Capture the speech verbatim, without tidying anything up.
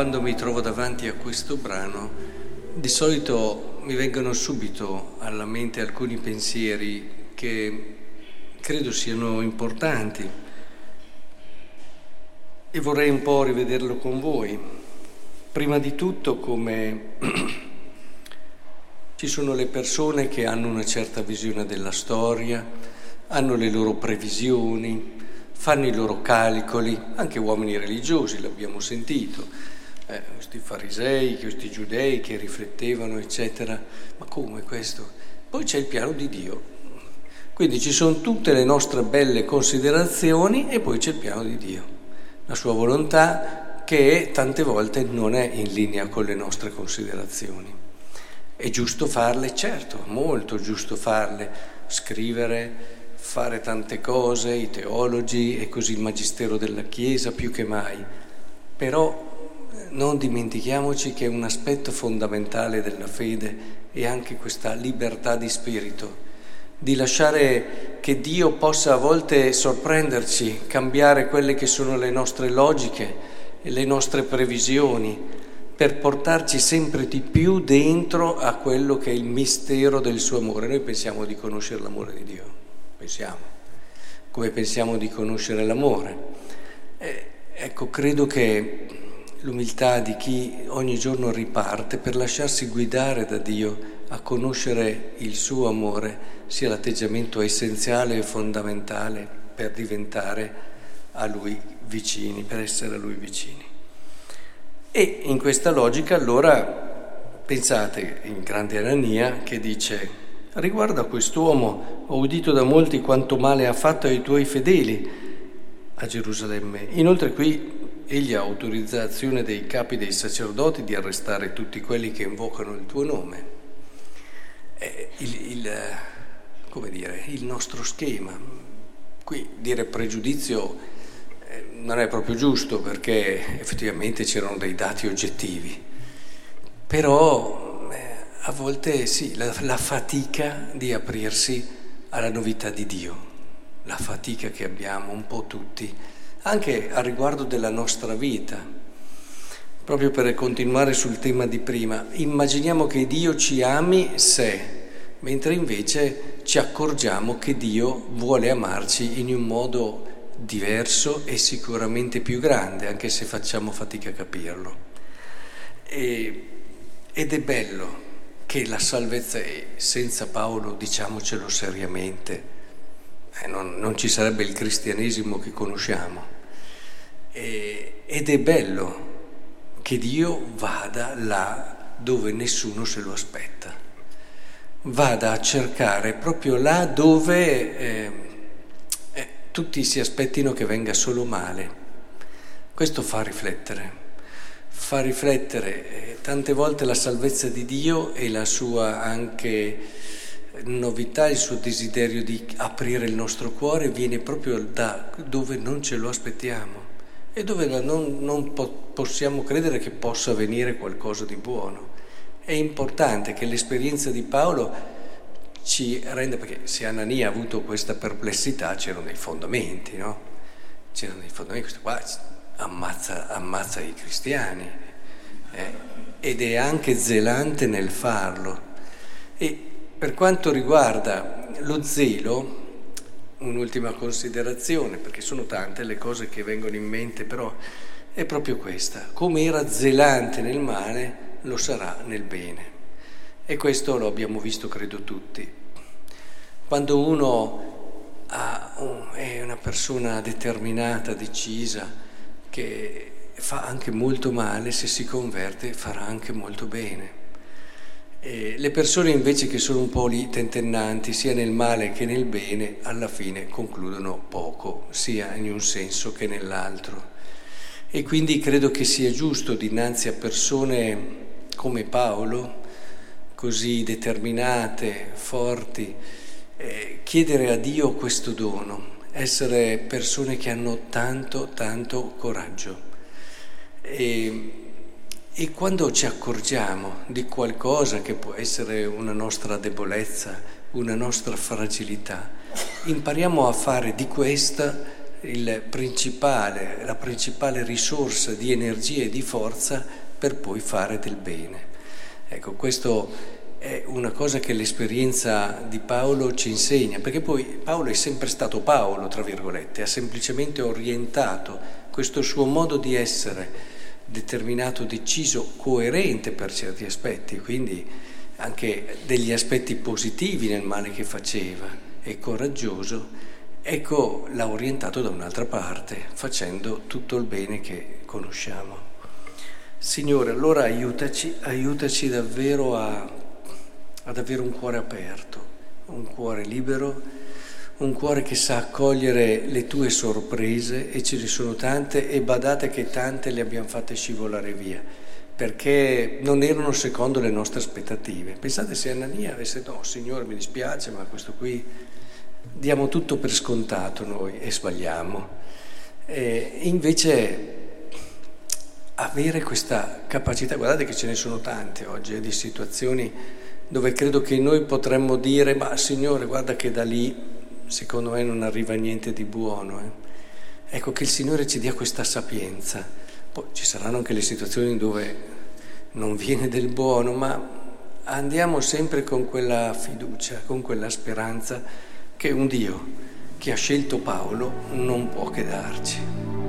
quando mi trovo davanti a questo brano, di solito mi vengono subito alla mente alcuni pensieri che credo siano importanti e vorrei un po' rivederlo con voi. Prima di tutto, come ci sono le persone che hanno una certa visione della storia, hanno le loro previsioni, fanno i loro calcoli, anche uomini religiosi, l'abbiamo sentito, eh, questi farisei, questi giudei che riflettevano, eccetera. Ma come questo? Poi c'è il piano di Dio. Quindi ci sono tutte le nostre belle considerazioni e poi c'è il piano di Dio, la sua volontà che tante volte non è in linea con le nostre considerazioni. È giusto farle, certo, molto giusto farle, scrivere, fare tante cose, i teologi e così il magistero della Chiesa più che mai. Però non dimentichiamoci che un aspetto fondamentale della fede è anche questa libertà di spirito, di lasciare che Dio possa a volte sorprenderci, cambiare quelle che sono le nostre logiche e le nostre previsioni, per portarci sempre di più dentro a quello che è il mistero del suo amore. Noi pensiamo di conoscere l'amore di Dio, pensiamo, come pensiamo di conoscere l'amore. Eh, ecco, credo che l'umiltà di chi ogni giorno riparte per lasciarsi guidare da Dio a conoscere il suo amore sia l'atteggiamento essenziale e fondamentale per diventare a Lui vicini, per essere a Lui vicini. E in questa logica allora pensate in grande Anania che dice: riguardo a quest'uomo ho udito da molti quanto male ha fatto ai tuoi fedeli a Gerusalemme. Inoltre qui egli ha autorizzazione dei capi dei sacerdoti di arrestare tutti quelli che invocano il tuo nome. Eh, il, il, come dire, il nostro schema. Qui dire pregiudizio non è proprio giusto, perché effettivamente c'erano dei dati oggettivi, però eh, a volte sì, la, la fatica di aprirsi alla novità di Dio, la fatica che abbiamo un po' tutti, anche a riguardo della nostra vita. Proprio per continuare sul tema di prima, immaginiamo che Dio ci ami sé, mentre invece ci accorgiamo che Dio vuole amarci in un modo diverso e sicuramente più grande, anche se facciamo fatica a capirlo. E, ed è bello che la salvezza è, senza Paolo, diciamocelo seriamente, eh, non, non ci sarebbe il cristianesimo che conosciamo. E, ed è bello che Dio vada là dove nessuno se lo aspetta, vada a cercare proprio là dove eh, tutti si aspettino che venga solo male. Questo fa riflettere, fa riflettere eh, tante volte la salvezza di Dio e la sua anche novità, il suo desiderio di aprire il nostro cuore viene proprio da dove non ce lo aspettiamo e dove non, non po- possiamo credere che possa venire qualcosa di buono. È importante che l'esperienza di Paolo ci rende, perché se Anania ha avuto questa perplessità c'erano dei fondamenti, no? C'erano dei fondamenti, questo qua ammazza, ammazza i cristiani eh? ed è anche zelante nel farlo. E per quanto riguarda lo zelo, un'ultima considerazione, perché sono tante le cose che vengono in mente, però è proprio questa: come era zelante nel male, lo sarà nel bene. E questo lo abbiamo visto, credo, tutti. Quando uno ha un, è una persona determinata, decisa, che fa anche molto male, se si converte farà anche molto bene. E le persone invece che sono un po' lì tentennanti, sia nel male che nel bene, alla fine concludono poco, sia in un senso che nell'altro. E quindi credo che sia giusto dinanzi a persone come Paolo, così determinate, forti, eh, chiedere a Dio questo dono, essere persone che hanno tanto, tanto coraggio. E, e quando ci accorgiamo di qualcosa che può essere una nostra debolezza, una nostra fragilità, impariamo a fare di questa il principale, la principale risorsa di energia e di forza per poi fare del bene. Ecco, questo è una cosa che l'esperienza di Paolo ci insegna, perché poi Paolo è sempre stato Paolo, tra virgolette, ha semplicemente orientato questo suo modo di essere determinato, deciso, coerente per certi aspetti, quindi anche degli aspetti positivi nel male che faceva e coraggioso. Ecco, l'ha orientato da un'altra parte, facendo tutto il bene che conosciamo. Signore, allora aiutaci, aiutaci davvero a, ad avere un cuore aperto, un cuore libero, un cuore che sa accogliere le tue sorprese, e ce ne sono tante, e badate che tante le abbiamo fatte scivolare via, perché non erano secondo le nostre aspettative. Pensate se Anania avesse detto, no, Signore, mi dispiace, ma questo qui... Diamo tutto per scontato noi e sbagliamo. E invece avere questa capacità, guardate che ce ne sono tante oggi, eh, di situazioni dove credo che noi potremmo dire, ma Signore, guarda che da lì secondo me non arriva niente di buono. Eh. Ecco, che il Signore ci dia questa sapienza. Poi ci saranno anche le situazioni dove non viene del buono, ma andiamo sempre con quella fiducia, con quella speranza che un Dio che ha scelto Paolo non può che darci.